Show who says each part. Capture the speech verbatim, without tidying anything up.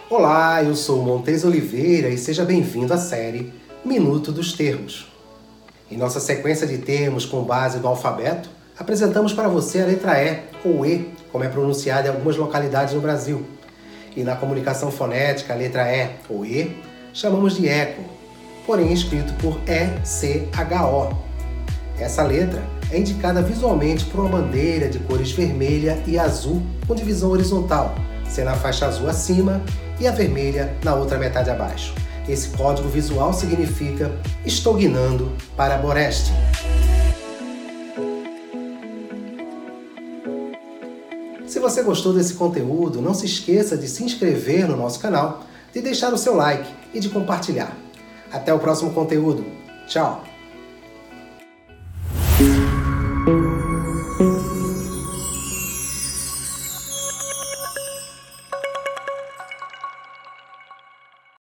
Speaker 1: Olá, eu sou Montes Oliveira e seja bem-vindo à série Minuto dos Termos. Em nossa sequência de termos com base no alfabeto, apresentamos para você a letra E, ou E, como é pronunciada em algumas localidades no Brasil. E na comunicação fonética, a letra E, ou E, chamamos de eco, porém escrito por E C H O. Essa letra é indicada visualmente por uma bandeira de cores vermelha e azul com divisão horizontal, sendo a faixa azul acima e a vermelha na outra metade abaixo. Esse código visual significa "Estou guinando para Boreste". Se você gostou desse conteúdo, não se esqueça de se inscrever no nosso canal, de deixar o seu like e de compartilhar. Até o próximo conteúdo. Tchau!